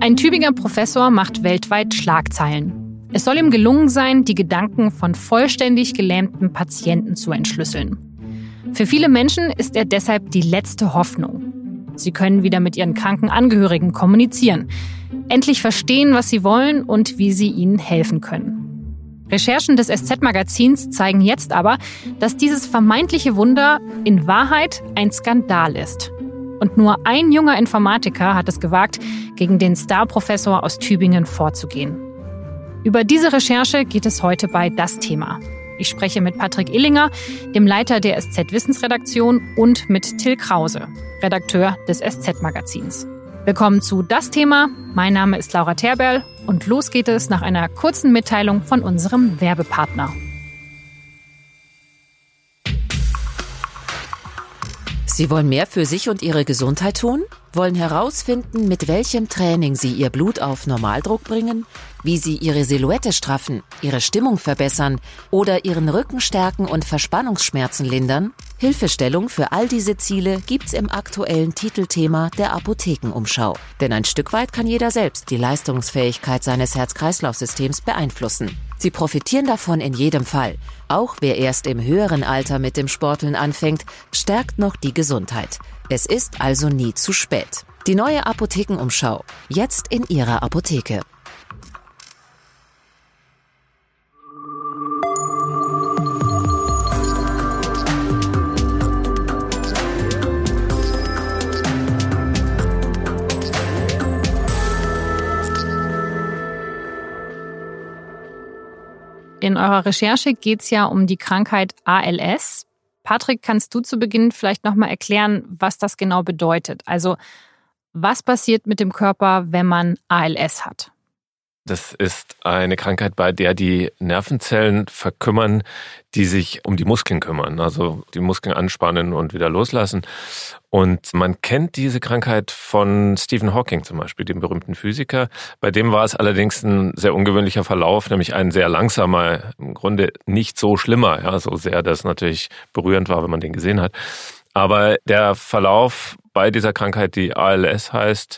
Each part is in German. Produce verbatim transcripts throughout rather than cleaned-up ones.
Ein Tübinger Professor macht weltweit Schlagzeilen. Es soll ihm gelungen sein, die Gedanken von vollständig gelähmten Patienten zu entschlüsseln. Für viele Menschen ist er deshalb die letzte Hoffnung. Sie können wieder mit ihren kranken Angehörigen kommunizieren, endlich verstehen, was sie wollen und wie sie ihnen helfen können. Recherchen des S Z-Magazins zeigen jetzt aber, dass dieses vermeintliche Wunder in Wahrheit ein Skandal ist. Und nur ein junger Informatiker hat es gewagt, gegen den Star-Professor aus Tübingen vorzugehen. Über diese Recherche geht es heute bei Das Thema. Ich spreche mit Patrick Illinger, dem Leiter der S Z-Wissensredaktion, und mit Till Krause, Redakteur des S Z-Magazins. Willkommen zu Das Thema. Mein Name ist Laura Terberl und los geht es nach einer kurzen Mitteilung von unserem Werbepartner. Sie wollen mehr für sich und Ihre Gesundheit tun? Wollen herausfinden, mit welchem Training Sie Ihr Blut auf Normaldruck bringen, wie Sie Ihre Silhouette straffen, Ihre Stimmung verbessern oder Ihren Rücken stärken und Verspannungsschmerzen lindern? Hilfestellung für all diese Ziele gibt's im aktuellen Titelthema der Apothekenumschau. Denn ein Stück weit kann jeder selbst die Leistungsfähigkeit seines Herz-Kreislauf-Systems beeinflussen. Sie profitieren davon in jedem Fall. Auch wer erst im höheren Alter mit dem Sporteln anfängt, stärkt noch die Gesundheit. Es ist also nie zu spät. Die neue Apothekenumschau. Jetzt in Ihrer Apotheke. In eurer Recherche geht es ja um die Krankheit A L S. Patrick, kannst du zu Beginn vielleicht nochmal erklären, was das genau bedeutet? Also, was passiert mit dem Körper, wenn man A L S hat? Das ist eine Krankheit, bei der die Nervenzellen verkümmern, die sich um die Muskeln kümmern, also die Muskeln anspannen und wieder loslassen. Und man kennt diese Krankheit von Stephen Hawking zum Beispiel, dem berühmten Physiker. Bei dem war es allerdings ein sehr ungewöhnlicher Verlauf, nämlich ein sehr langsamer, im Grunde nicht so schlimmer, ja, so sehr das natürlich berührend war, wenn man den gesehen hat. Aber der Verlauf bei dieser Krankheit, die A L S heißt,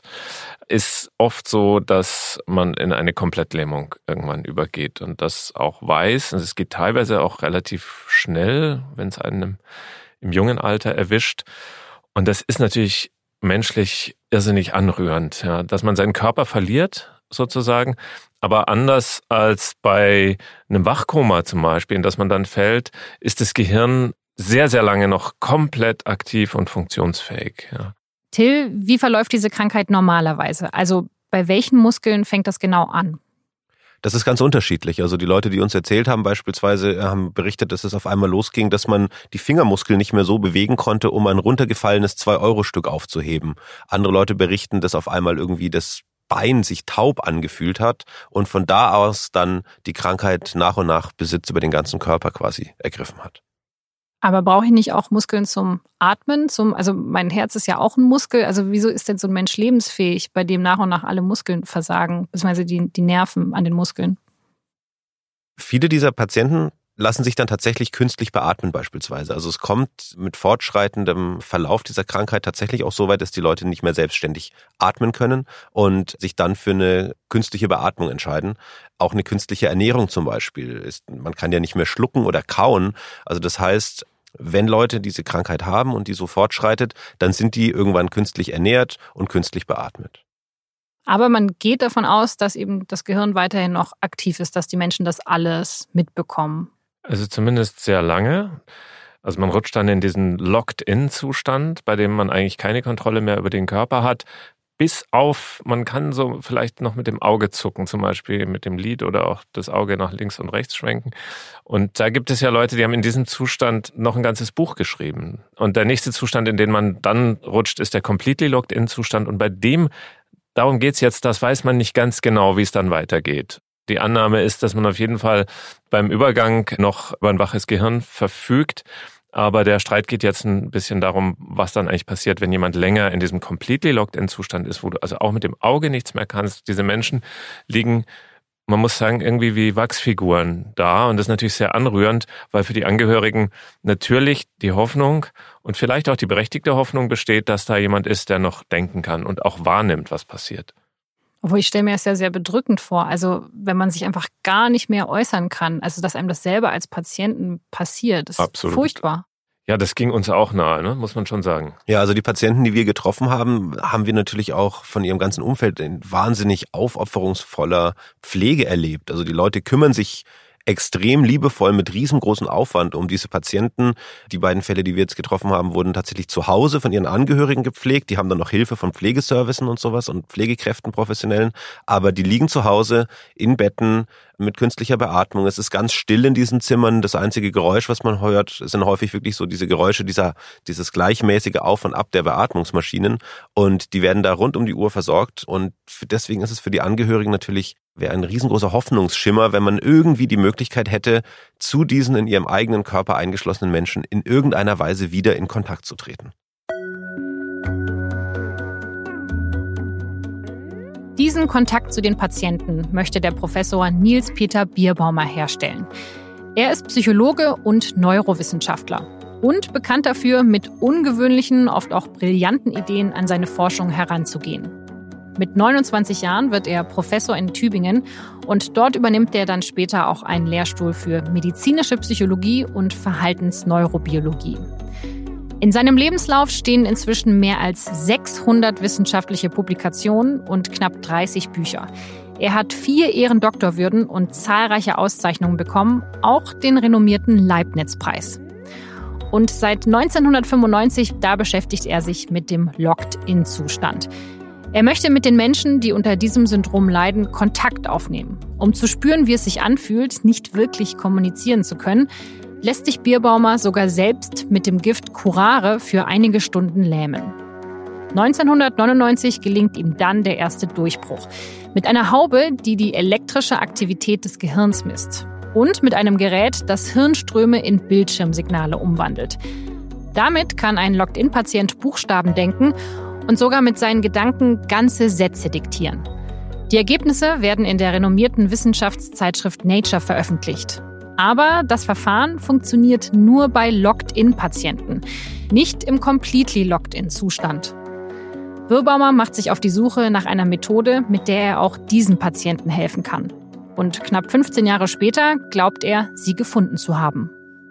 ist oft so, dass man in eine Komplettlähmung irgendwann übergeht und das auch weiß. Und es geht teilweise auch relativ schnell, wenn es einen im jungen Alter erwischt. Und das ist natürlich menschlich irrsinnig anrührend, ja, dass man seinen Körper verliert sozusagen, aber anders als bei einem Wachkoma zum Beispiel, in das man dann fällt, ist das Gehirn sehr, sehr lange noch komplett aktiv und funktionsfähig. Ja. Till, wie verläuft diese Krankheit normalerweise? Also bei welchen Muskeln fängt das genau an? Das ist ganz unterschiedlich. Also die Leute, die uns erzählt haben, beispielsweise haben berichtet, dass es auf einmal losging, dass man die Fingermuskeln nicht mehr so bewegen konnte, um ein runtergefallenes zwei Euro Stück aufzuheben. Andere Leute berichten, dass auf einmal irgendwie das Bein sich taub angefühlt hat und von da aus dann die Krankheit nach und nach Besitz über den ganzen Körper quasi ergriffen hat. Aber brauche ich nicht auch Muskeln zum Atmen? Zum, also mein Herz ist ja auch ein Muskel. Also wieso ist denn so ein Mensch lebensfähig, bei dem nach und nach alle Muskeln versagen, beziehungsweise die, die Nerven an den Muskeln? Viele dieser Patienten lassen sich dann tatsächlich künstlich beatmen beispielsweise. Also es kommt mit fortschreitendem Verlauf dieser Krankheit tatsächlich auch so weit, dass die Leute nicht mehr selbstständig atmen können und sich dann für eine künstliche Beatmung entscheiden. Auch eine künstliche Ernährung zum Beispiel ist, man kann ja nicht mehr schlucken oder kauen. Also das heißt, wenn Leute diese Krankheit haben und die so fortschreitet, dann sind die irgendwann künstlich ernährt und künstlich beatmet. Aber man geht davon aus, dass eben das Gehirn weiterhin noch aktiv ist, dass die Menschen das alles mitbekommen. Also zumindest sehr lange. Also man rutscht dann in diesen Locked-in-Zustand, bei dem man eigentlich keine Kontrolle mehr über den Körper hat. Bis auf, man kann so vielleicht noch mit dem Auge zucken, zum Beispiel mit dem Lid oder auch das Auge nach links und rechts schwenken. Und da gibt es ja Leute, die haben in diesem Zustand noch ein ganzes Buch geschrieben. Und der nächste Zustand, in den man dann rutscht, ist der Completely Locked-in-Zustand. Und bei dem, darum geht's jetzt, das weiß man nicht ganz genau, wie es dann weitergeht. Die Annahme ist, dass man auf jeden Fall beim Übergang noch über ein waches Gehirn verfügt. Aber der Streit geht jetzt ein bisschen darum, was dann eigentlich passiert, wenn jemand länger in diesem completely locked-in-Zustand ist, wo du also auch mit dem Auge nichts mehr kannst. Diese Menschen liegen, man muss sagen, irgendwie wie Wachsfiguren da. Und das ist natürlich sehr anrührend, weil für die Angehörigen natürlich die Hoffnung und vielleicht auch die berechtigte Hoffnung besteht, dass da jemand ist, der noch denken kann und auch wahrnimmt, was passiert. Obwohl, ich stelle mir das ja sehr bedrückend vor. Also wenn man sich einfach gar nicht mehr äußern kann, also dass einem das selber als Patienten passiert, das ist Absolut. Furchtbar. Ja, das ging uns auch nahe, ne? Muss man schon sagen. Ja, also die Patienten, die wir getroffen haben, haben wir natürlich auch von ihrem ganzen Umfeld in wahnsinnig aufopferungsvoller Pflege erlebt. Also die Leute kümmern sich extrem liebevoll mit riesengroßem Aufwand um diese Patienten. Die beiden Fälle, die wir jetzt getroffen haben, wurden tatsächlich zu Hause von ihren Angehörigen gepflegt. Die haben dann noch Hilfe von Pflegeservicen und sowas und Pflegekräften, professionellen. Aber die liegen zu Hause in Betten mit künstlicher Beatmung. Es ist ganz still in diesen Zimmern. Das einzige Geräusch, was man hört, sind häufig wirklich so diese Geräusche, dieser, dieses gleichmäßige Auf und Ab der Beatmungsmaschinen. Und die werden da rund um die Uhr versorgt. Und deswegen ist es für die Angehörigen natürlich wäre ein riesengroßer Hoffnungsschimmer, wenn man irgendwie die Möglichkeit hätte, zu diesen in ihrem eigenen Körper eingeschlossenen Menschen in irgendeiner Weise wieder in Kontakt zu treten. Diesen Kontakt zu den Patienten möchte der Professor Nils-Peter Bierbaumer herstellen. Er ist Psychologe und Neurowissenschaftler und bekannt dafür, mit ungewöhnlichen, oft auch brillanten Ideen an seine Forschung heranzugehen. Mit neunundzwanzig Jahren wird er Professor in Tübingen und dort übernimmt er dann später auch einen Lehrstuhl für medizinische Psychologie und Verhaltensneurobiologie. In seinem Lebenslauf stehen inzwischen mehr als sechshundert wissenschaftliche Publikationen und knapp dreißig Bücher. Er hat vier Ehrendoktorwürden und zahlreiche Auszeichnungen bekommen, auch den renommierten Leibniz-Preis. Und seit neunzehnhundertfünfundneunzig, da beschäftigt er sich mit dem Locked-in-Zustand. Er möchte mit den Menschen, die unter diesem Syndrom leiden, Kontakt aufnehmen. Um zu spüren, wie es sich anfühlt, nicht wirklich kommunizieren zu können, lässt sich Bierbaumer sogar selbst mit dem Gift Curare für einige Stunden lähmen. neunzehnhundertneunundneunzig gelingt ihm dann der erste Durchbruch. Mit einer Haube, die die elektrische Aktivität des Gehirns misst. Und mit einem Gerät, das Hirnströme in Bildschirmsignale umwandelt. Damit kann ein Locked-in-Patient Buchstaben denken und sogar mit seinen Gedanken ganze Sätze diktieren. Die Ergebnisse werden in der renommierten Wissenschaftszeitschrift Nature veröffentlicht. Aber das Verfahren funktioniert nur bei Locked-in-Patienten, nicht im Completely Locked-in-Zustand. Bierbaumer macht sich auf die Suche nach einer Methode, mit der er auch diesen Patienten helfen kann. Und knapp fünfzehn Jahre später glaubt er, sie gefunden zu haben.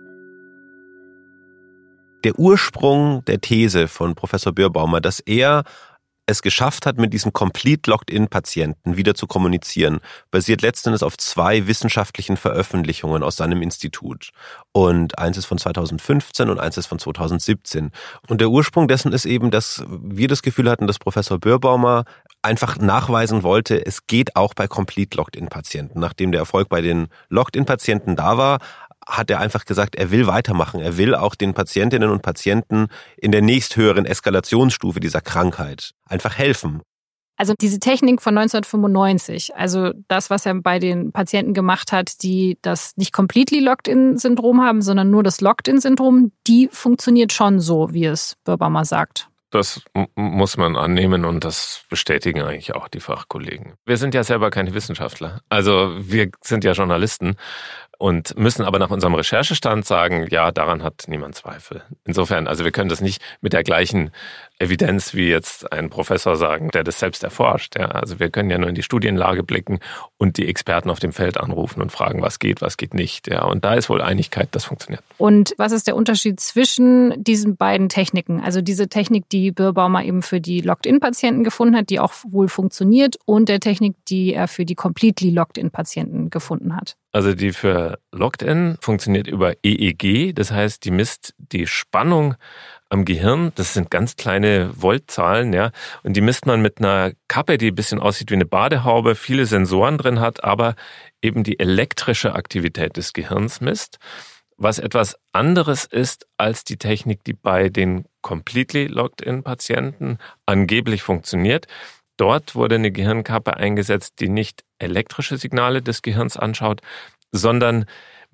Der Ursprung der These von Professor Bierbaumer, dass er es geschafft hat, mit diesem Complete Locked-in-Patienten wieder zu kommunizieren, basiert letztendlich auf zwei wissenschaftlichen Veröffentlichungen aus seinem Institut. Und eins ist von zweitausendfünfzehn und eins ist von zweitausendsiebzehn. Und der Ursprung dessen ist eben, dass wir das Gefühl hatten, dass Professor Bierbaumer einfach nachweisen wollte, es geht auch bei Complete Locked-in-Patienten. Nachdem der Erfolg bei den Locked-in-Patienten da war, hat er einfach gesagt, er will weitermachen. Er will auch den Patientinnen und Patienten in der nächsthöheren Eskalationsstufe dieser Krankheit einfach helfen. Also diese Technik von neunzehnhundertfünfundneunzig, also das, was er bei den Patienten gemacht hat, die das nicht Completely Locked-in-Syndrom haben, sondern nur das Locked-in-Syndrom, die funktioniert schon so, wie es Bierbaumer sagt. Das m- muss man annehmen und das bestätigen eigentlich auch die Fachkollegen. Wir sind ja selber keine Wissenschaftler, also wir sind ja Journalisten und müssen aber nach unserem Recherchestand sagen, ja, daran hat niemand Zweifel. Insofern, also wir können das nicht mit der gleichen Evidenz wie jetzt ein Professor sagen, der das selbst erforscht. Ja, also wir können ja nur in die Studienlage blicken und die Experten auf dem Feld anrufen und fragen, was geht, was geht nicht. Ja, und da ist wohl Einigkeit, das funktioniert. Und was ist der Unterschied zwischen diesen beiden Techniken? Also diese Technik, die Bierbaumer eben für die Locked-in-Patienten gefunden hat, die auch wohl funktioniert, und der Technik, die er für die Completely Locked-in-Patienten gefunden hat. Also die für Locked-in funktioniert über E E G, das heißt, die misst die Spannung am Gehirn. Das sind ganz kleine Voltzahlen, ja, und die misst man mit einer Kappe, die ein bisschen aussieht wie eine Badehaube, viele Sensoren drin hat, aber eben die elektrische Aktivität des Gehirns misst, was etwas anderes ist als die Technik, die bei den Completely Locked-in-Patienten angeblich funktioniert. Dort wurde eine Gehirnkappe eingesetzt, die nicht elektrische Signale des Gehirns anschaut, sondern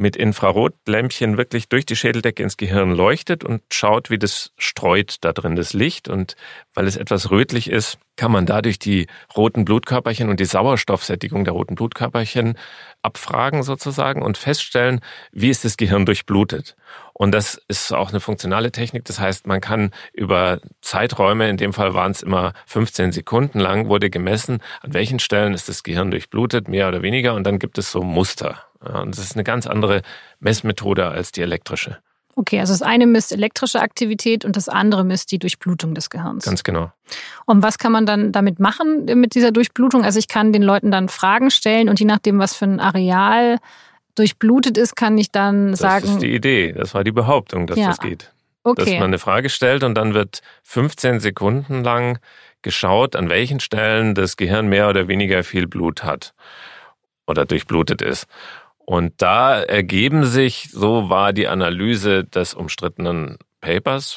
mit Infrarotlämpchen wirklich durch die Schädeldecke ins Gehirn leuchtet und schaut, wie das streut da drin das Licht. Und weil es etwas rötlich ist, kann man dadurch die roten Blutkörperchen und die Sauerstoffsättigung der roten Blutkörperchen abfragen sozusagen und feststellen, wie ist das Gehirn durchblutet. Und das ist auch eine funktionale Technik. Das heißt, man kann über Zeiträume, in dem Fall waren es immer fünfzehn Sekunden lang, wurde gemessen, an welchen Stellen ist das Gehirn durchblutet, mehr oder weniger. Und dann gibt es so Muster. Ja, und das ist eine ganz andere Messmethode als die elektrische. Okay, also das eine misst elektrische Aktivität und das andere misst die Durchblutung des Gehirns. Ganz genau. Und was kann man dann damit machen mit dieser Durchblutung? Also ich kann den Leuten dann Fragen stellen und je nachdem, was für ein Areal durchblutet ist, kann ich dann das sagen... Das ist die Idee, das war die Behauptung, dass ja. das geht. Okay. Dass man eine Frage stellt und dann wird fünfzehn Sekunden lang geschaut, an welchen Stellen das Gehirn mehr oder weniger viel Blut hat oder durchblutet ist. Und da ergeben sich, so war die Analyse des umstrittenen Papers,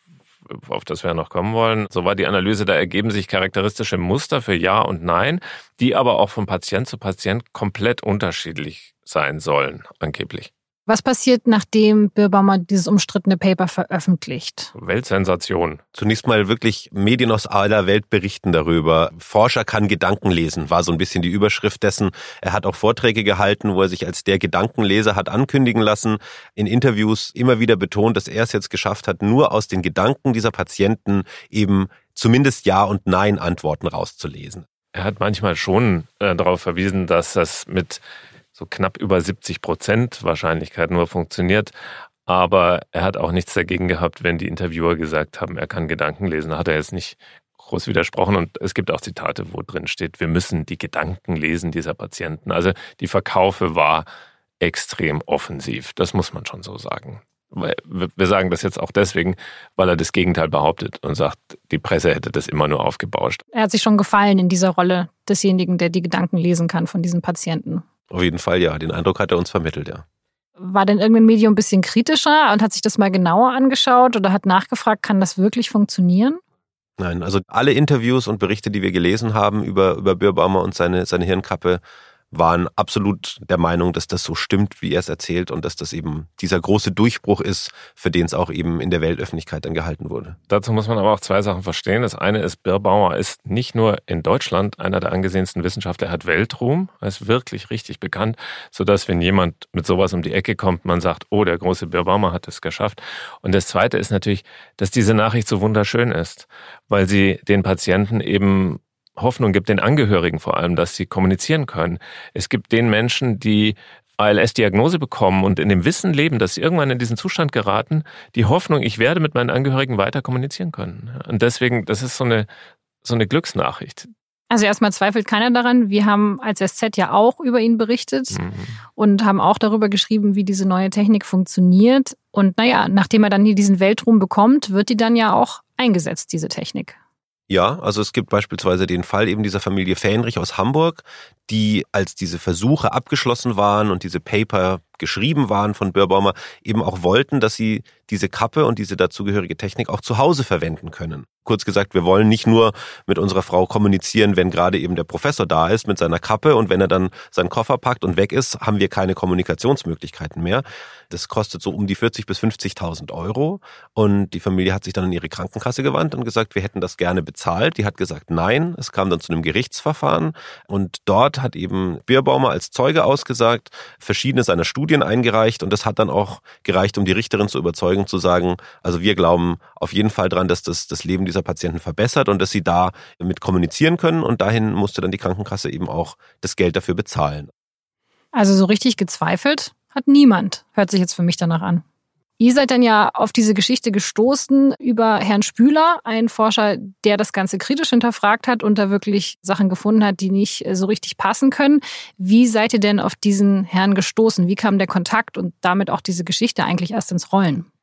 auf das wir noch kommen wollen, so war die Analyse, da ergeben sich charakteristische Muster für Ja und Nein, die aber auch von Patient zu Patient komplett unterschiedlich sein sollen, angeblich. Was passiert, nachdem Birnbaumer dieses umstrittene Paper veröffentlicht? Weltsensation. Zunächst mal wirklich Medien aus aller Welt berichten darüber. Forscher kann Gedanken lesen, war so ein bisschen die Überschrift dessen. Er hat auch Vorträge gehalten, wo er sich als der Gedankenleser hat ankündigen lassen. In Interviews immer wieder betont, dass er es jetzt geschafft hat, nur aus den Gedanken dieser Patienten eben zumindest Ja- und Nein-Antworten rauszulesen. Er hat manchmal schon äh, darauf verwiesen, dass das mit so knapp über siebzig Prozent Wahrscheinlichkeit nur funktioniert. Aber er hat auch nichts dagegen gehabt, wenn die Interviewer gesagt haben, er kann Gedanken lesen. Da hat er jetzt nicht groß widersprochen. Und es gibt auch Zitate, wo drin steht, wir müssen die Gedanken lesen dieser Patienten. Also die Verkaufe war extrem offensiv. Das muss man schon so sagen. Wir sagen das jetzt auch deswegen, weil er das Gegenteil behauptet und sagt, die Presse hätte das immer nur aufgebauscht. Er hat sich schon gefallen in dieser Rolle desjenigen, der die Gedanken lesen kann von diesen Patienten. Auf jeden Fall, ja. Den Eindruck hat er uns vermittelt, ja. War denn irgendein Medium ein bisschen kritischer und hat sich das mal genauer angeschaut oder hat nachgefragt, kann das wirklich funktionieren? Nein, also alle Interviews und Berichte, die wir gelesen haben über, über Birnbaumer und seine, seine Hirnkappe, waren absolut der Meinung, dass das so stimmt, wie er es erzählt und dass das eben dieser große Durchbruch ist, für den es auch eben in der Weltöffentlichkeit dann gehalten wurde. Dazu muss man aber auch zwei Sachen verstehen. Das eine ist, Birnbaumer ist nicht nur in Deutschland einer der angesehensten Wissenschaftler, er hat Weltruhm, er ist wirklich richtig bekannt, sodass wenn jemand mit sowas um die Ecke kommt, man sagt, oh, der große Birnbaumer hat es geschafft. Und das zweite ist natürlich, dass diese Nachricht so wunderschön ist, weil sie den Patienten eben Hoffnung gibt, den Angehörigen vor allem, dass sie kommunizieren können. Es gibt den Menschen, die A L S-Diagnose bekommen und in dem Wissen leben, dass sie irgendwann in diesen Zustand geraten, die Hoffnung, ich werde mit meinen Angehörigen weiter kommunizieren können. Und deswegen, das ist so eine, so eine Glücksnachricht. Also erstmal zweifelt keiner daran. Wir haben als S Z ja auch über ihn berichtet mhm. und haben auch darüber geschrieben, wie diese neue Technik funktioniert. Und naja, nachdem er dann hier diesen Weltruhm bekommt, wird die dann ja auch eingesetzt, diese Technik. Ja, also es gibt beispielsweise den Fall eben dieser Familie Fähnrich aus Hamburg, die, als diese Versuche abgeschlossen waren und diese Paper geschrieben waren von Birnbaumer, eben auch wollten, dass sie diese Kappe und diese dazugehörige Technik auch zu Hause verwenden können. Kurz gesagt, wir wollen nicht nur mit unserer Frau kommunizieren, wenn gerade eben der Professor da ist mit seiner Kappe und wenn er dann seinen Koffer packt und weg ist, haben wir keine Kommunikationsmöglichkeiten mehr. Das kostet so um die vierzig bis fünfzigtausend Euro und die Familie hat sich dann an ihre Krankenkasse gewandt und gesagt, wir hätten das gerne bezahlt. Die hat gesagt, nein. Es kam dann zu einem Gerichtsverfahren und dort hat eben Birnbaumer als Zeuge ausgesagt, verschiedene seiner Studien eingereicht und das hat dann auch gereicht, um die Richterin zu überzeugen, zu sagen, also wir glauben auf jeden Fall dran, dass das das Leben dieser Patienten verbessert und dass sie da mit kommunizieren können und dahin musste dann die Krankenkasse eben auch das Geld dafür bezahlen. Also so richtig gezweifelt hat niemand, hört sich jetzt für mich danach an. Ihr seid dann ja auf diese Geschichte gestoßen über Herrn Spüler, einen Forscher, der das Ganze kritisch hinterfragt hat und da wirklich Sachen gefunden hat, die nicht so richtig passen können. Wie seid ihr denn auf diesen Herrn gestoßen? Wie kam der Kontakt und damit auch diese Geschichte eigentlich erst ins Rollen?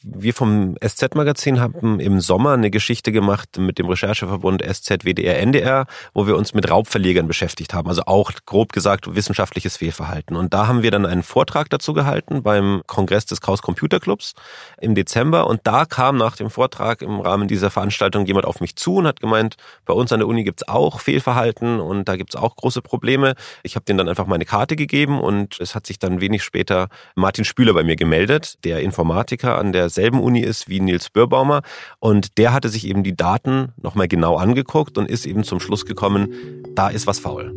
Wir vom S Z-Magazin haben im Sommer eine Geschichte gemacht mit dem Rechercheverbund S Z W D R N D R, wo wir uns mit Raubverlegern beschäftigt haben, also auch grob gesagt wissenschaftliches Fehlverhalten. Und da haben wir dann einen Vortrag dazu gehalten beim Kongress des Chaos Computer Clubs im Dezember. Und da kam nach dem Vortrag im Rahmen dieser Veranstaltung jemand auf mich zu und hat gemeint, bei uns an der Uni gibt's auch Fehlverhalten und da gibt's auch große Probleme. Ich habe denen dann einfach meine Karte gegeben und es hat sich dann wenig später Martin Spüler bei mir gemeldet, der Informatiker an derselben Uni ist wie Niels Birbaumer. Und der hatte sich eben die Daten nochmal genau angeguckt und ist eben zum Schluss gekommen, da ist was faul.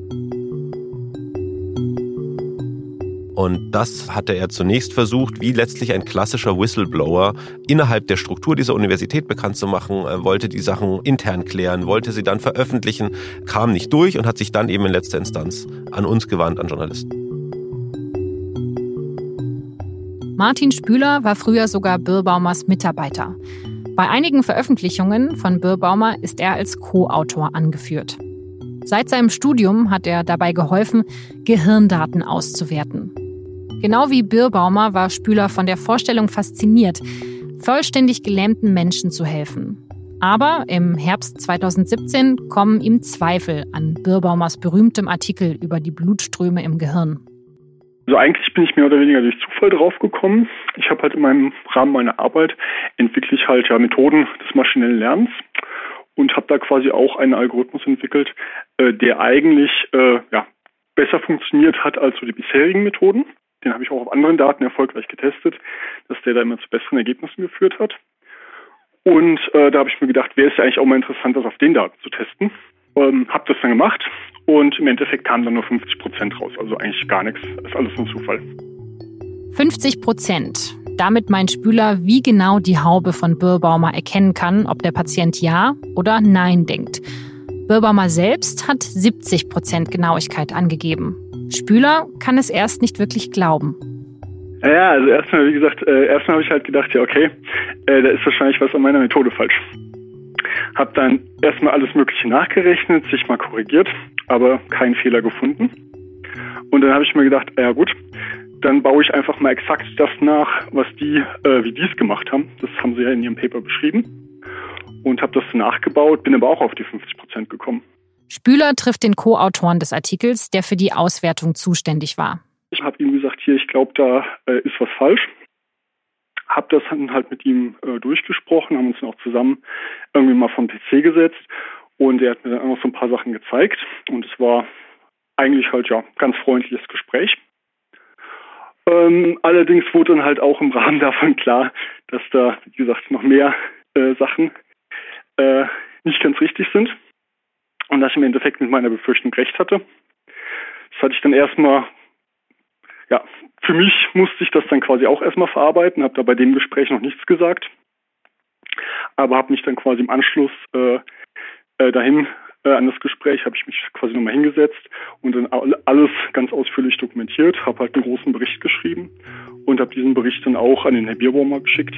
Und das hatte er zunächst versucht, wie letztlich ein klassischer Whistleblower innerhalb der Struktur dieser Universität bekannt zu machen, er wollte die Sachen intern klären, wollte sie dann veröffentlichen, kam nicht durch und hat sich dann eben in letzter Instanz an uns gewandt, an Journalisten. Martin Spüler war früher sogar Birbaumers Mitarbeiter. Bei einigen Veröffentlichungen von Birbaumer ist er als Co-Autor angeführt. Seit seinem Studium hat er dabei geholfen, Gehirndaten auszuwerten. Genau wie Birbaumer war Spüler von der Vorstellung fasziniert, vollständig gelähmten Menschen zu helfen. Aber im Herbst zweitausendsiebzehn kommen ihm Zweifel an Birbaumers berühmtem Artikel über die Blutströme im Gehirn. Also eigentlich bin ich mehr oder weniger durch Zufall drauf gekommen. Ich habe halt in meinem Rahmen meiner Arbeit entwickle ich halt ja Methoden des maschinellen Lernens und habe da quasi auch einen Algorithmus entwickelt, äh, der eigentlich äh, ja, besser funktioniert hat als so die bisherigen Methoden. Den habe ich auch auf anderen Daten erfolgreich getestet, dass der da immer zu besseren Ergebnissen geführt hat. Und äh, da habe ich mir gedacht, wäre es ja eigentlich auch mal interessant, das auf den Daten zu testen. Ähm, habe das dann gemacht und im Endeffekt kamen dann nur fünfzig Prozent raus. Also eigentlich gar nichts, das ist alles ein Zufall. fünfzig Prozent. Damit meint Spüler, wie genau die Haube von Birbaumer erkennen kann, ob der Patient Ja oder Nein denkt. Birbaumer selbst hat siebzig Prozent Genauigkeit angegeben. Spüler kann es erst nicht wirklich glauben. Ja, also erstmal, wie gesagt, äh, erstmal habe ich halt gedacht, ja okay, äh, da ist wahrscheinlich was an meiner Methode falsch. Hab dann erstmal alles Mögliche nachgerechnet, sich mal korrigiert, aber keinen Fehler gefunden. Und dann habe ich mir gedacht, ja gut, dann baue ich einfach mal exakt das nach, was die, äh, wie die es gemacht haben. Das haben sie ja in ihrem Paper beschrieben. Und habe das nachgebaut, bin aber auch auf die fünfzig Prozent gekommen. Spüler trifft den Co-Autoren des Artikels, der für die Auswertung zuständig war. Ich habe ihm gesagt, hier, ich glaube, da äh, ist was falsch. Habe das dann halt mit ihm äh, durchgesprochen, haben uns dann auch zusammen irgendwie mal vom P C gesetzt. Und er hat mir dann auch noch so ein paar Sachen gezeigt. Und es war eigentlich halt ja ganz freundliches Gespräch. Ähm, allerdings wurde dann halt auch im Rahmen davon klar, dass da, wie gesagt, noch mehr äh, Sachen äh, nicht ganz richtig sind. Und dass ich im Endeffekt mit meiner Befürchtung recht hatte. Das hatte ich dann erstmal, ja, für mich musste ich das dann quasi auch erstmal verarbeiten, habe da bei dem Gespräch noch nichts gesagt. Aber habe mich dann quasi im Anschluss äh, äh, dahin, äh, an das Gespräch, habe ich mich quasi nochmal hingesetzt und dann alles ganz ausführlich dokumentiert, habe halt einen großen Bericht geschrieben und habe diesen Bericht dann auch an den Herrn Birbaumer geschickt.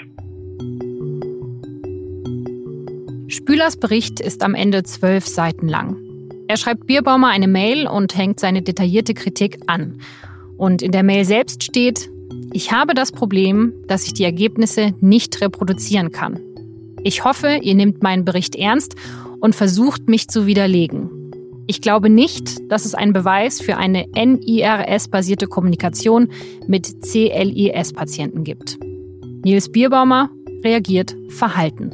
Spülers Bericht ist am Ende zwölf Seiten lang. Er schreibt Birbaumer eine Mail und hängt seine detaillierte Kritik an. Und in der Mail selbst steht: Ich habe das Problem, dass ich die Ergebnisse nicht reproduzieren kann. Ich hoffe, ihr nehmt meinen Bericht ernst und versucht, mich zu widerlegen. Ich glaube nicht, dass es einen Beweis für eine N I R S-basierte Kommunikation mit C L I S-Patienten gibt. Niels Birbaumer reagiert verhalten.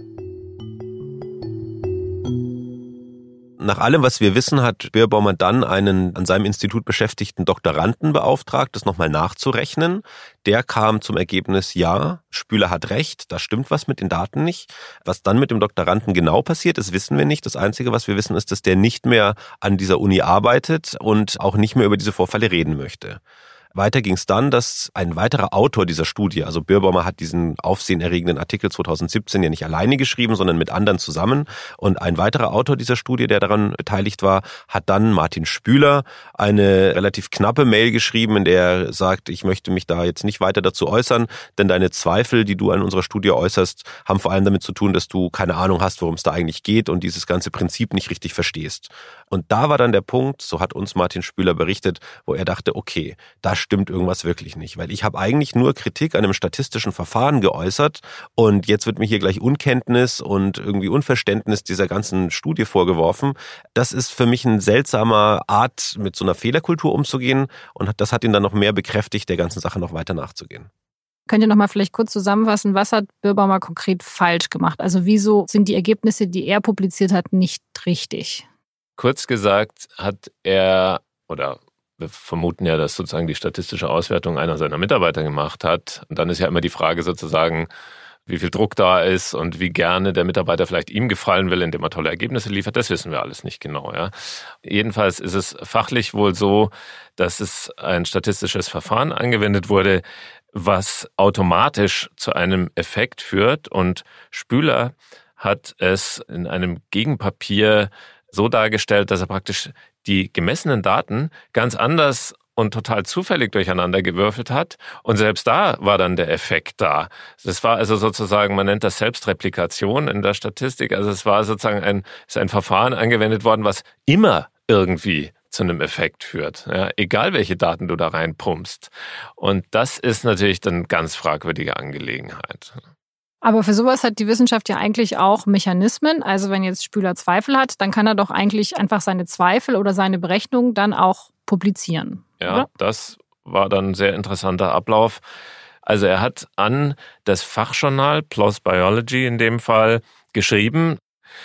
Nach allem, was wir wissen, hat Birbaumer dann einen an seinem Institut beschäftigten Doktoranden beauftragt, das nochmal nachzurechnen. Der kam zum Ergebnis, ja, Spüler hat recht, da stimmt was mit den Daten nicht. Was dann mit dem Doktoranden genau passiert, das wissen wir nicht. Das Einzige, was wir wissen, ist, dass der nicht mehr an dieser Uni arbeitet und auch nicht mehr über diese Vorfälle reden möchte. Weiter ging es dann, dass ein weiterer Autor dieser Studie, also Birbaumer hat diesen aufsehenerregenden Artikel zweitausendsiebzehn ja nicht alleine geschrieben, sondern mit anderen zusammen. Und ein weiterer Autor dieser Studie, der daran beteiligt war, hat dann Martin Spüler eine relativ knappe Mail geschrieben, in der er sagt, ich möchte mich da jetzt nicht weiter dazu äußern, denn deine Zweifel, die du an unserer Studie äußerst, haben vor allem damit zu tun, dass du keine Ahnung hast, worum es da eigentlich geht und dieses ganze Prinzip nicht richtig verstehst. Und da war dann der Punkt, so hat uns Martin Spüler berichtet, wo er dachte, okay, da stimmt irgendwas wirklich nicht. Weil ich habe eigentlich nur Kritik an einem statistischen Verfahren geäußert und jetzt wird mir hier gleich Unkenntnis und irgendwie Unverständnis dieser ganzen Studie vorgeworfen. Das ist für mich eine seltsame Art, mit so einer Fehlerkultur umzugehen und das hat ihn dann noch mehr bekräftigt, der ganzen Sache noch weiter nachzugehen. Könnt ihr noch mal vielleicht kurz zusammenfassen, was hat Birnbaumer konkret falsch gemacht? Also wieso sind die Ergebnisse, die er publiziert hat, nicht richtig? Kurz gesagt hat er, oder wir vermuten ja, dass sozusagen die statistische Auswertung einer seiner Mitarbeiter gemacht hat. Und dann ist ja immer die Frage sozusagen, wie viel Druck da ist und wie gerne der Mitarbeiter vielleicht ihm gefallen will, indem er tolle Ergebnisse liefert. Das wissen wir alles nicht genau. Ja. Jedenfalls ist es fachlich wohl so, dass es ein statistisches Verfahren angewendet wurde, was automatisch zu einem Effekt führt. Und Spüler hat es in einem Gegenpapier so dargestellt, dass er praktisch die gemessenen Daten ganz anders und total zufällig durcheinander gewürfelt hat. Und selbst da war dann der Effekt da. Das war also sozusagen, man nennt das Selbstreplikation in der Statistik. Also es war sozusagen ein, ist ein Verfahren angewendet worden, was immer irgendwie zu einem Effekt führt. Ja, egal welche Daten du da reinpumpst. Und das ist natürlich dann eine ganz fragwürdige Angelegenheit. Aber für sowas hat die Wissenschaft ja eigentlich auch Mechanismen. Also wenn jetzt Spüler Zweifel hat, dann kann er doch eigentlich einfach seine Zweifel oder seine Berechnungen dann auch publizieren. Ja, oder? Das war dann ein sehr interessanter Ablauf. Also er hat an das Fachjournal PLOS Biology in dem Fall geschrieben.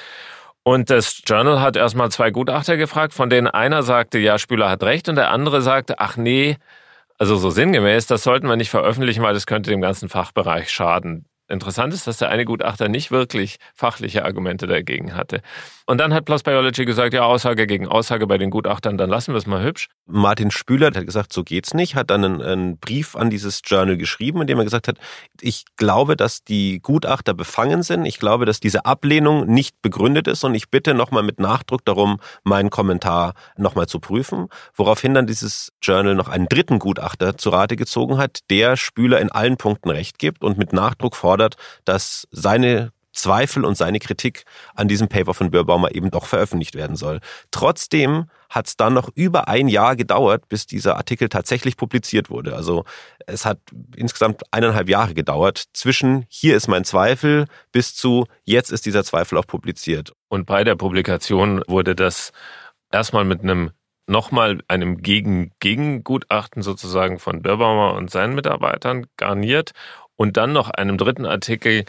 Und das Journal hat erstmal zwei Gutachter gefragt, von denen einer sagte, ja, Spüler hat recht, und der andere sagte, ach nee, also so sinngemäß, das sollten wir nicht veröffentlichen, weil das könnte dem ganzen Fachbereich schaden. Interessant ist, dass der eine Gutachter nicht wirklich fachliche Argumente dagegen hatte. Und dann hat PLOS Biology gesagt, ja, Aussage gegen Aussage bei den Gutachtern, dann lassen wir es mal hübsch. Martin Spüler hat gesagt, so geht's nicht, hat dann einen, einen Brief an dieses Journal geschrieben, in dem er gesagt hat, ich glaube, dass die Gutachter befangen sind, ich glaube, dass diese Ablehnung nicht begründet ist und ich bitte nochmal mit Nachdruck darum, meinen Kommentar nochmal zu prüfen, woraufhin dann dieses Journal noch einen dritten Gutachter zu Rate gezogen hat, der Spüler in allen Punkten recht gibt und mit Nachdruck fordert, dass seine Zweifel und seine Kritik an diesem Paper von Birnbaumer eben doch veröffentlicht werden soll. Trotzdem hat es dann noch über ein Jahr gedauert, bis dieser Artikel tatsächlich publiziert wurde. Also es hat insgesamt eineinhalb Jahre gedauert zwischen hier ist mein Zweifel bis zu jetzt ist dieser Zweifel auch publiziert. Und bei der Publikation wurde das erstmal mit einem nochmal einem Gegen Gegengutachten sozusagen von Birnbaumer und seinen Mitarbeitern garniert und dann noch einem dritten Artikel,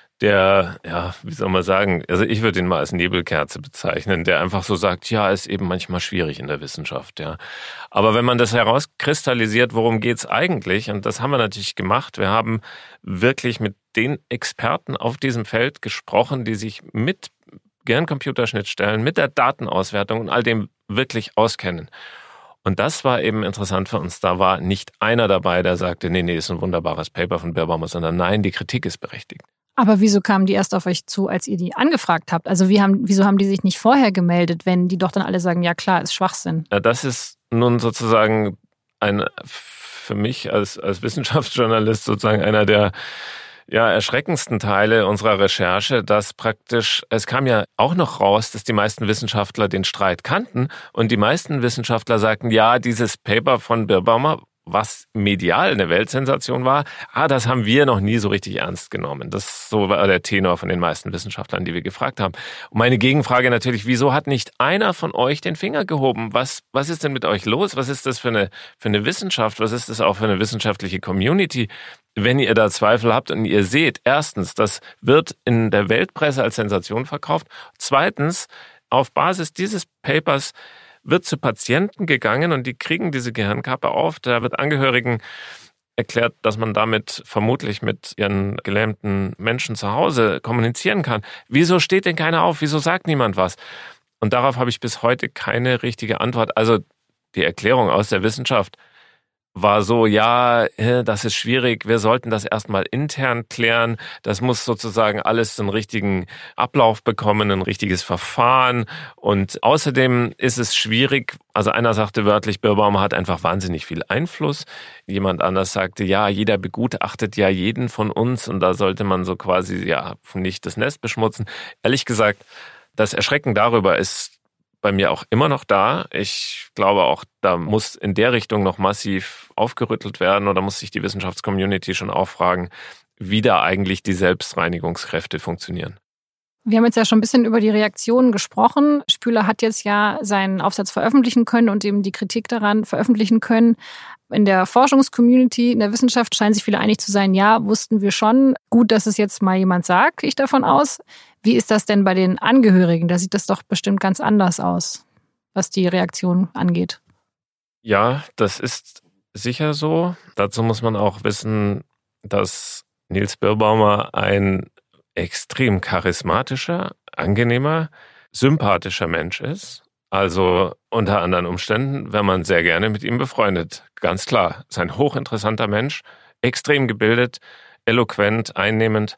der, ja, wie soll man sagen, also ich würde ihn mal als Nebelkerze bezeichnen, der einfach so sagt, ja, ist eben manchmal schwierig in der Wissenschaft, ja. Aber wenn man das herauskristallisiert, worum geht's eigentlich? Und das haben wir natürlich gemacht. Wir haben wirklich mit den Experten auf diesem Feld gesprochen, die sich mit Gehirncomputerschnittstellen, mit der Datenauswertung und all dem wirklich auskennen. Und das war eben interessant für uns. Da war nicht einer dabei, der sagte, nee, nee, ist ein wunderbares Paper von Birnbaumer, sondern nein, die Kritik ist berechtigt. Aber wieso kamen die erst auf euch zu, als ihr die angefragt habt? Also wie haben, wieso haben die sich nicht vorher gemeldet, wenn die doch dann alle sagen, ja klar, ist Schwachsinn? Ja, das ist nun sozusagen ein, für mich als, als Wissenschaftsjournalist sozusagen einer der ja, erschreckendsten Teile unserer Recherche, dass praktisch, es kam ja auch noch raus, dass die meisten Wissenschaftler den Streit kannten und die meisten Wissenschaftler sagten, ja, dieses Paper von Birnbaumer, was medial eine Weltsensation war, ah, das haben wir noch nie so richtig ernst genommen. Das so war der Tenor von den meisten Wissenschaftlern, die wir gefragt haben. Und meine Gegenfrage natürlich, wieso hat nicht einer von euch den Finger gehoben? Was, was ist denn mit euch los? Was ist das für eine, für eine Wissenschaft? Was ist das auch für eine wissenschaftliche Community? Wenn ihr da Zweifel habt und ihr seht, erstens, das wird in der Weltpresse als Sensation verkauft. Zweitens, auf Basis dieses Papers wird zu Patienten gegangen und die kriegen diese Gehirnkappe auf. Da wird Angehörigen erklärt, dass man damit vermutlich mit ihren gelähmten Menschen zu Hause kommunizieren kann. Wieso steht denn keiner auf? Wieso sagt niemand was? Und darauf habe ich bis heute keine richtige Antwort. Also die Erklärung aus der Wissenschaft war so, ja, das ist schwierig, wir sollten das erstmal intern klären, das muss sozusagen alles einen richtigen Ablauf bekommen, ein richtiges Verfahren und außerdem ist es schwierig, also einer sagte wörtlich, Birnbaumer hat einfach wahnsinnig viel Einfluss, jemand anders sagte, ja, jeder begutachtet ja jeden von uns und da sollte man so quasi, ja, nicht das Nest beschmutzen. Ehrlich gesagt, das Erschrecken darüber ist bei mir auch immer noch da. Ich glaube auch, da muss in der Richtung noch massiv aufgerüttelt werden oder muss sich die Wissenschaftscommunity schon auch fragen, wie da eigentlich die Selbstreinigungskräfte funktionieren. Wir haben jetzt ja schon ein bisschen über die Reaktionen gesprochen. Spüler hat jetzt ja seinen Aufsatz veröffentlichen können und eben die Kritik daran veröffentlichen können. In der Forschungscommunity, in der Wissenschaft scheinen sich viele einig zu sein, ja, wussten wir schon. Gut, dass es jetzt mal jemand sagt, gehe ich davon aus. Wie ist das denn bei den Angehörigen? Da sieht das doch bestimmt ganz anders aus, was die Reaktion angeht. Ja, das ist sicher so. Dazu muss man auch wissen, dass Niels Birbaumer ein extrem charismatischer, angenehmer, sympathischer Mensch ist. Also unter anderen Umständen wäre man sehr gerne mit ihm befreundet. Ganz klar, ist ein hochinteressanter Mensch, extrem gebildet, eloquent, einnehmend.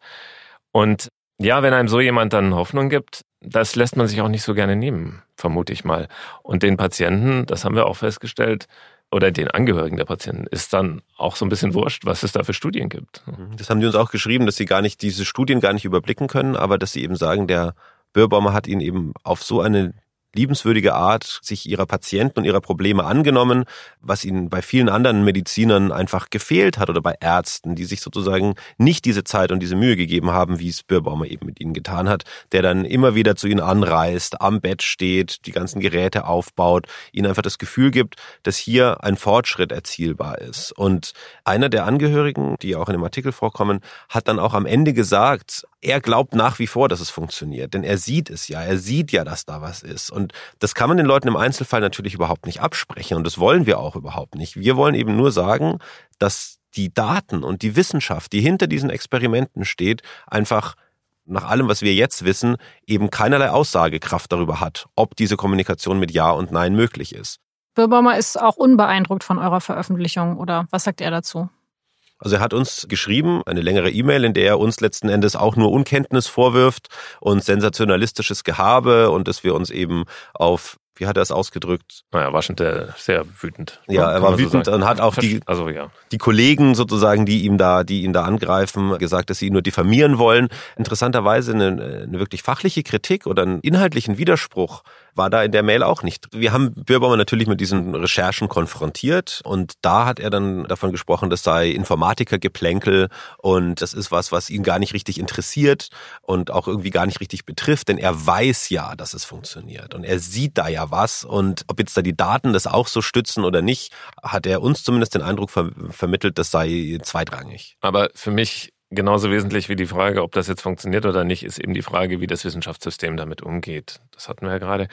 Und ja, wenn einem so jemand dann Hoffnung gibt, das lässt man sich auch nicht so gerne nehmen, vermute ich mal. Und den Patienten, das haben wir auch festgestellt, oder den Angehörigen der Patienten ist dann auch so ein bisschen wurscht, was es da für Studien gibt. Das haben die uns auch geschrieben, dass sie gar nicht diese Studien gar nicht überblicken können, aber dass sie eben sagen, der Birbaumer hat ihn eben auf so eine liebenswürdige Art sich ihrer Patienten und ihrer Probleme angenommen, was ihnen bei vielen anderen Medizinern einfach gefehlt hat oder bei Ärzten, die sich sozusagen nicht diese Zeit und diese Mühe gegeben haben, wie es Birbaumer eben mit ihnen getan hat, der dann immer wieder zu ihnen anreist, am Bett steht, die ganzen Geräte aufbaut, ihnen einfach das Gefühl gibt, dass hier ein Fortschritt erzielbar ist. Und einer der Angehörigen, die auch in dem Artikel vorkommen, hat dann auch am Ende gesagt, er glaubt nach wie vor, dass es funktioniert, denn er sieht es ja, er sieht ja, dass da was ist. Und das kann man den Leuten im Einzelfall natürlich überhaupt nicht absprechen und das wollen wir auch überhaupt nicht. Wir wollen eben nur sagen, dass die Daten und die Wissenschaft, die hinter diesen Experimenten steht, einfach nach allem, was wir jetzt wissen, eben keinerlei Aussagekraft darüber hat, ob diese Kommunikation mit Ja und Nein möglich ist. Birbaumer ist auch unbeeindruckt von eurer Veröffentlichung, oder was sagt er dazu? Also er hat uns geschrieben, eine längere E-Mail, in der er uns letzten Endes auch nur Unkenntnis vorwirft und sensationalistisches Gehabe und dass wir uns eben auf, wie hat er es ausgedrückt? Naja, war schon sehr wütend. Ja, er war wütend so und hat auch die, also, ja. die Kollegen sozusagen, die ihm da, die ihn da angreifen, gesagt, dass sie ihn nur diffamieren wollen. Interessanterweise eine, eine wirklich fachliche Kritik oder einen inhaltlichen Widerspruch war da in der Mail auch nicht. Wir haben Birbaumer natürlich mit diesen Recherchen konfrontiert und da hat er dann davon gesprochen, das sei Informatikergeplänkel und das ist was, was ihn gar nicht richtig interessiert und auch irgendwie gar nicht richtig betrifft, denn er weiß ja, dass es funktioniert und er sieht da ja was und ob jetzt da die Daten das auch so stützen oder nicht, hat er uns zumindest den Eindruck ver- vermittelt, das sei zweitrangig. Aber für mich genauso wesentlich wie die Frage, ob das jetzt funktioniert oder nicht, ist eben die Frage, wie das Wissenschaftssystem damit umgeht. Das hatten wir ja gerade.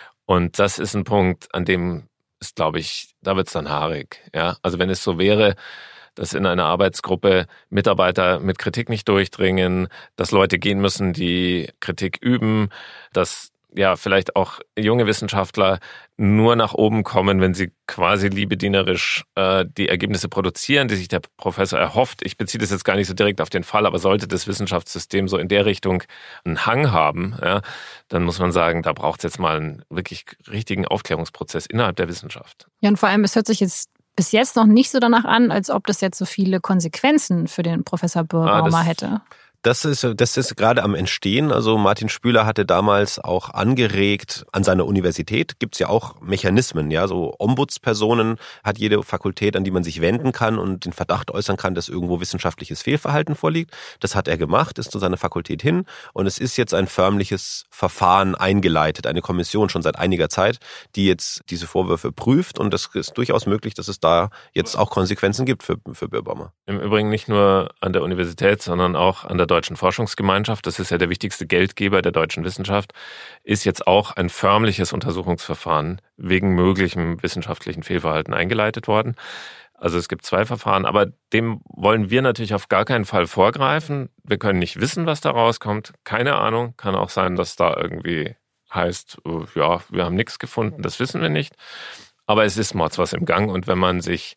Und das ist ein Punkt, an dem ist, glaube ich, da wird es dann haarig. Ja? Also wenn es so wäre, dass in einer Arbeitsgruppe Mitarbeiter mit Kritik nicht durchdringen, dass Leute gehen müssen, die Kritik üben, dass ja vielleicht auch junge Wissenschaftler nur nach oben kommen, wenn sie quasi liebedienerisch äh, die Ergebnisse produzieren, die sich der Professor erhofft. Ich beziehe das jetzt gar nicht so direkt auf den Fall, aber sollte das Wissenschaftssystem so in der Richtung einen Hang haben, ja, dann muss man sagen, da braucht es jetzt mal einen wirklich richtigen Aufklärungsprozess innerhalb der Wissenschaft. Ja, und vor allem, es hört sich jetzt bis jetzt noch nicht so danach an, als ob das jetzt so viele Konsequenzen für den Professor Birbaumer ah, hätte. Das ist, das ist gerade am Entstehen. Also Martin Spüler hatte damals auch angeregt, an seiner Universität gibt's ja auch Mechanismen, ja, so Ombudspersonen hat jede Fakultät, an die man sich wenden kann und den Verdacht äußern kann, dass irgendwo wissenschaftliches Fehlverhalten vorliegt. Das hat er gemacht, ist zu seiner Fakultät hin und es ist jetzt ein förmliches Verfahren eingeleitet, eine Kommission schon seit einiger Zeit, die jetzt diese Vorwürfe prüft und es ist durchaus möglich, dass es da jetzt auch Konsequenzen gibt für, für Birbaumer. Im Übrigen nicht nur an der Universität, sondern auch an der Deutschen Forschungsgemeinschaft, das ist ja der wichtigste Geldgeber der deutschen Wissenschaft, ist jetzt auch ein förmliches Untersuchungsverfahren wegen möglichem wissenschaftlichen Fehlverhalten eingeleitet worden. Also es gibt zwei Verfahren, aber dem wollen wir natürlich auf gar keinen Fall vorgreifen. Wir können nicht wissen, was da rauskommt. Keine Ahnung. Kann auch sein, dass da irgendwie heißt, ja, wir haben nichts gefunden, das wissen wir nicht. Aber es ist mords was im Gang und wenn man sich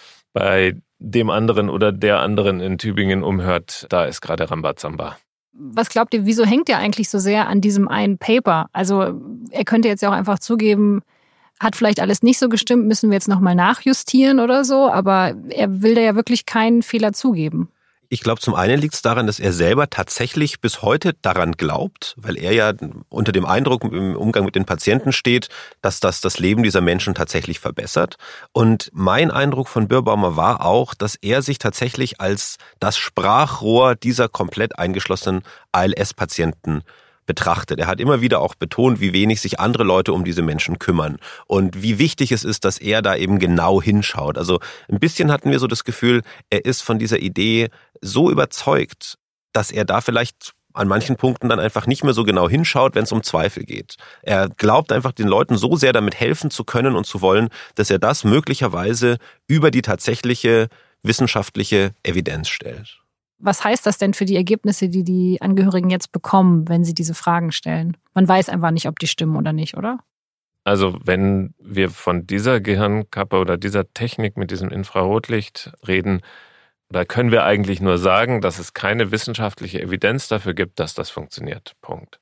bei dem anderen oder der anderen in Tübingen umhört, da ist gerade Rambazamba. Was glaubt ihr, wieso hängt er eigentlich so sehr an diesem einen Paper? Also er könnte jetzt ja auch einfach zugeben, hat vielleicht alles nicht so gestimmt, müssen wir jetzt nochmal nachjustieren oder so, aber er will da ja wirklich keinen Fehler zugeben. Ich glaube, zum einen liegt es daran, dass er selber tatsächlich bis heute daran glaubt, weil er ja unter dem Eindruck im Umgang mit den Patienten steht, dass das das Leben dieser Menschen tatsächlich verbessert. Und mein Eindruck von Birbaumer war auch, dass er sich tatsächlich als das Sprachrohr dieser komplett eingeschlossenen A L S-Patienten betrachtet. Er hat immer wieder auch betont, wie wenig sich andere Leute um diese Menschen kümmern und wie wichtig es ist, dass er da eben genau hinschaut. Also ein bisschen hatten wir so das Gefühl, er ist von dieser Idee so überzeugt, dass er da vielleicht an manchen Punkten dann einfach nicht mehr so genau hinschaut, wenn es um Zweifel geht. Er glaubt einfach, den Leuten so sehr damit helfen zu können und zu wollen, dass er das möglicherweise über die tatsächliche wissenschaftliche Evidenz stellt. Was heißt das denn für die Ergebnisse, die die Angehörigen jetzt bekommen, wenn sie diese Fragen stellen? Man weiß einfach nicht, ob die stimmen oder nicht, oder? Also wenn wir von dieser Gehirnkappe oder dieser Technik mit diesem Infrarotlicht reden, da können wir eigentlich nur sagen, dass es keine wissenschaftliche Evidenz dafür gibt, dass das funktioniert. Punkt.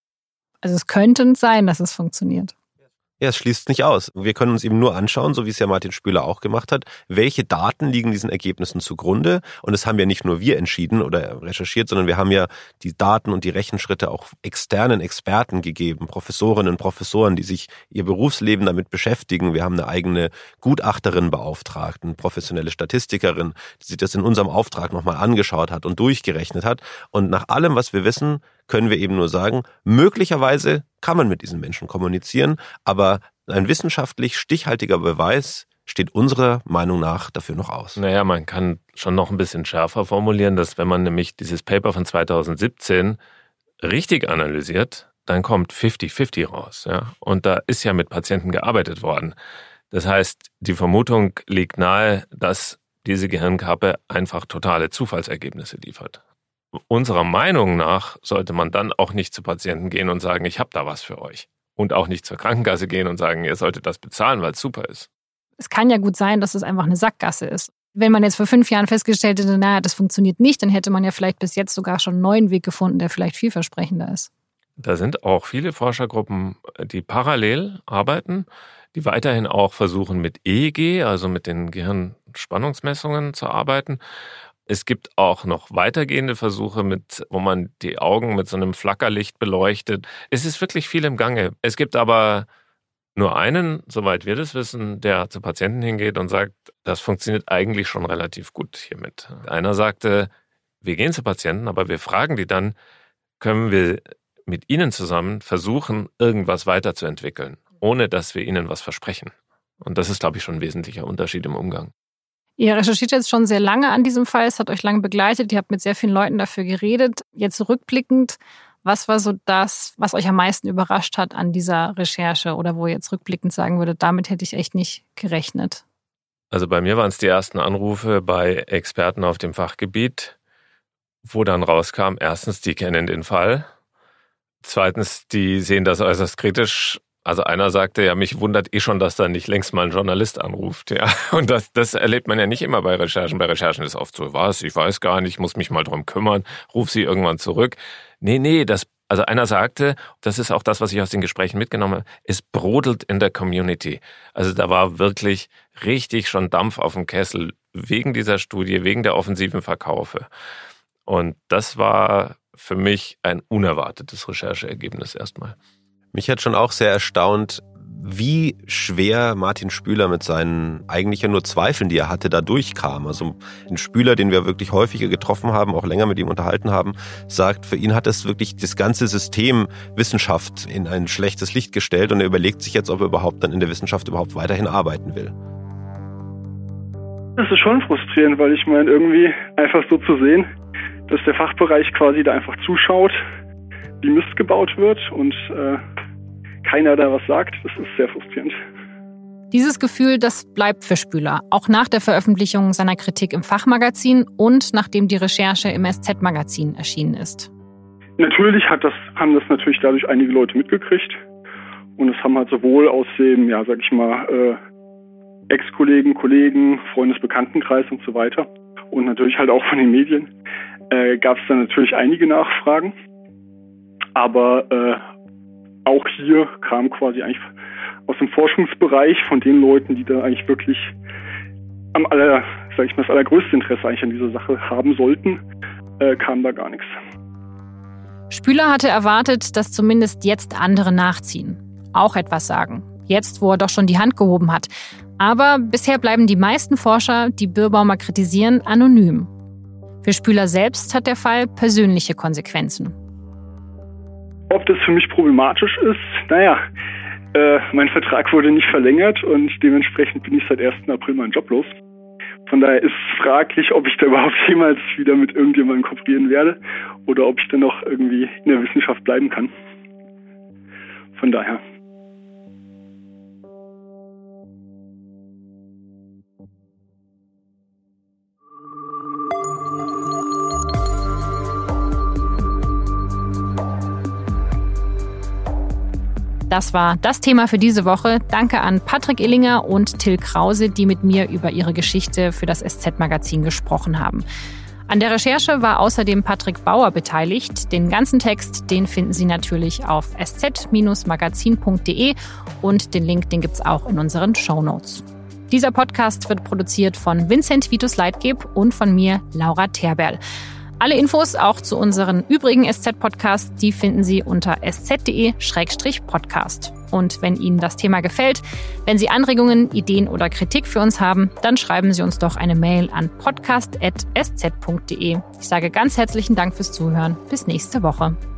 Also es könnte sein, dass es funktioniert. Ja, es schließt nicht aus. Wir können uns eben nur anschauen, so wie es ja Martin Spüler auch gemacht hat, welche Daten liegen diesen Ergebnissen zugrunde. Und das haben ja nicht nur wir entschieden oder recherchiert, sondern wir haben ja die Daten und die Rechenschritte auch externen Experten gegeben, Professorinnen und Professoren, die sich ihr Berufsleben damit beschäftigen. Wir haben eine eigene Gutachterin beauftragt, eine professionelle Statistikerin, die sich das in unserem Auftrag nochmal angeschaut hat und durchgerechnet hat. Und nach allem, was wir wissen, können wir eben nur sagen, möglicherweise kann man mit diesen Menschen kommunizieren, aber ein wissenschaftlich stichhaltiger Beweis steht unserer Meinung nach dafür noch aus. Naja, man kann schon noch ein bisschen schärfer formulieren, dass wenn man nämlich dieses Paper von zweitausendsiebzehn richtig analysiert, dann kommt fünfzig fünfzig raus. Ja? Und da ist ja mit Patienten gearbeitet worden. Das heißt, die Vermutung liegt nahe, dass diese Gehirnkappe einfach totale Zufallsergebnisse liefert. Unserer Meinung nach sollte man dann auch nicht zu Patienten gehen und sagen, ich habe da was für euch. Und auch nicht zur Krankenkasse gehen und sagen, ihr solltet das bezahlen, weil es super ist. Es kann ja gut sein, dass es einfach eine Sackgasse ist. Wenn man jetzt vor fünf Jahren festgestellt hätte, naja, das funktioniert nicht, dann hätte man ja vielleicht bis jetzt sogar schon einen neuen Weg gefunden, der vielleicht vielversprechender ist. Da sind auch viele Forschergruppen, die parallel arbeiten, die weiterhin auch versuchen, mit E E G, also mit den Gehirnspannungsmessungen zu arbeiten. Es gibt auch noch weitergehende Versuche, mit, wo man die Augen mit so einem Flackerlicht beleuchtet. Es ist wirklich viel im Gange. Es gibt aber nur einen, soweit wir das wissen, der zu Patienten hingeht und sagt, das funktioniert eigentlich schon relativ gut hiermit. Einer sagte, wir gehen zu Patienten, aber wir fragen die dann, können wir mit ihnen zusammen versuchen, irgendwas weiterzuentwickeln, ohne dass wir ihnen was versprechen. Und das ist, glaube ich, schon ein wesentlicher Unterschied im Umgang. Ihr recherchiert jetzt schon sehr lange an diesem Fall, es hat euch lange begleitet, ihr habt mit sehr vielen Leuten dafür geredet. Jetzt rückblickend, was war so das, was euch am meisten überrascht hat an dieser Recherche oder wo ihr jetzt rückblickend sagen würdet, damit hätte ich echt nicht gerechnet? Also bei mir waren es die ersten Anrufe bei Experten auf dem Fachgebiet, wo dann rauskam, erstens, die kennen den Fall, zweitens, die sehen das äußerst kritisch. Also einer sagte, ja, mich wundert eh schon, dass da nicht längst mal ein Journalist anruft. Ja. Und das, das erlebt man ja nicht immer bei Recherchen. Bei Recherchen ist oft so, was, ich weiß gar nicht, muss mich mal drum kümmern, ruf sie irgendwann zurück. Nee, nee, das, also einer sagte, das ist auch das, was ich aus den Gesprächen mitgenommen habe, es brodelt in der Community. Also da war wirklich richtig schon Dampf auf dem Kessel wegen dieser Studie, wegen der offensiven Verkaufe. Und das war für mich ein unerwartetes Rechercheergebnis erstmal. Mich hat schon auch sehr erstaunt, wie schwer Martin Spüler mit seinen eigentlich ja nur Zweifeln, die er hatte, da durchkam. Also ein Spüler, den wir wirklich häufiger getroffen haben, auch länger mit ihm unterhalten haben, sagt, für ihn hat es wirklich das ganze System Wissenschaft in ein schlechtes Licht gestellt und er überlegt sich jetzt, ob er überhaupt dann in der Wissenschaft überhaupt weiterhin arbeiten will. Das ist schon frustrierend, weil ich meine, irgendwie einfach so zu sehen, dass der Fachbereich quasi da einfach zuschaut, wie Mist gebaut wird und äh, keiner da was sagt, das ist sehr frustrierend. Dieses Gefühl, das bleibt für Spüler, auch nach der Veröffentlichung seiner Kritik im Fachmagazin und nachdem die Recherche im S Z-Magazin erschienen ist. Natürlich hat das, haben das natürlich dadurch einige Leute mitgekriegt und es haben halt sowohl aus dem, ja, sag ich mal, äh, Ex-Kollegen, Kollegen, Freundesbekanntenkreis und so weiter und natürlich halt auch von den Medien äh, gab es dann natürlich einige Nachfragen. Aber äh, auch hier kam quasi eigentlich aus dem Forschungsbereich von den Leuten, die da eigentlich wirklich am aller, sag ich mal, das allergrößte Interesse eigentlich an dieser Sache haben sollten, äh, kam da gar nichts. Spüler hatte erwartet, dass zumindest jetzt andere nachziehen, auch etwas sagen. Jetzt, wo er doch schon die Hand gehoben hat. Aber bisher bleiben die meisten Forscher, die Birbaumer kritisieren, anonym. Für Spüler selbst hat der Fall persönliche Konsequenzen. Ob das für mich problematisch ist? Naja, äh, mein Vertrag wurde nicht verlängert und dementsprechend bin ich seit ersten April meinen Job los. Von daher ist es fraglich, ob ich da überhaupt jemals wieder mit irgendjemandem kooperieren werde oder ob ich dann noch irgendwie in der Wissenschaft bleiben kann. Von daher. Das war das Thema für diese Woche. Danke an Patrick Illinger und Till Krause, die mit mir über ihre Geschichte für das S Z-Magazin gesprochen haben. An der Recherche war außerdem Patrick Bauer beteiligt. Den ganzen Text, den finden Sie natürlich auf s z magazin punkt d e und den Link, den gibt's auch in unseren Shownotes. Dieser Podcast wird produziert von Vincent Vitus Leitgeb und von mir, Laura Terberl. Alle Infos auch zu unseren übrigen S Z-Podcasts, die finden Sie unter s z punkt d e slash podcast. Und wenn Ihnen das Thema gefällt, wenn Sie Anregungen, Ideen oder Kritik für uns haben, dann schreiben Sie uns doch eine Mail an podcast at s z punkt d e. Ich sage ganz herzlichen Dank fürs Zuhören. Bis nächste Woche.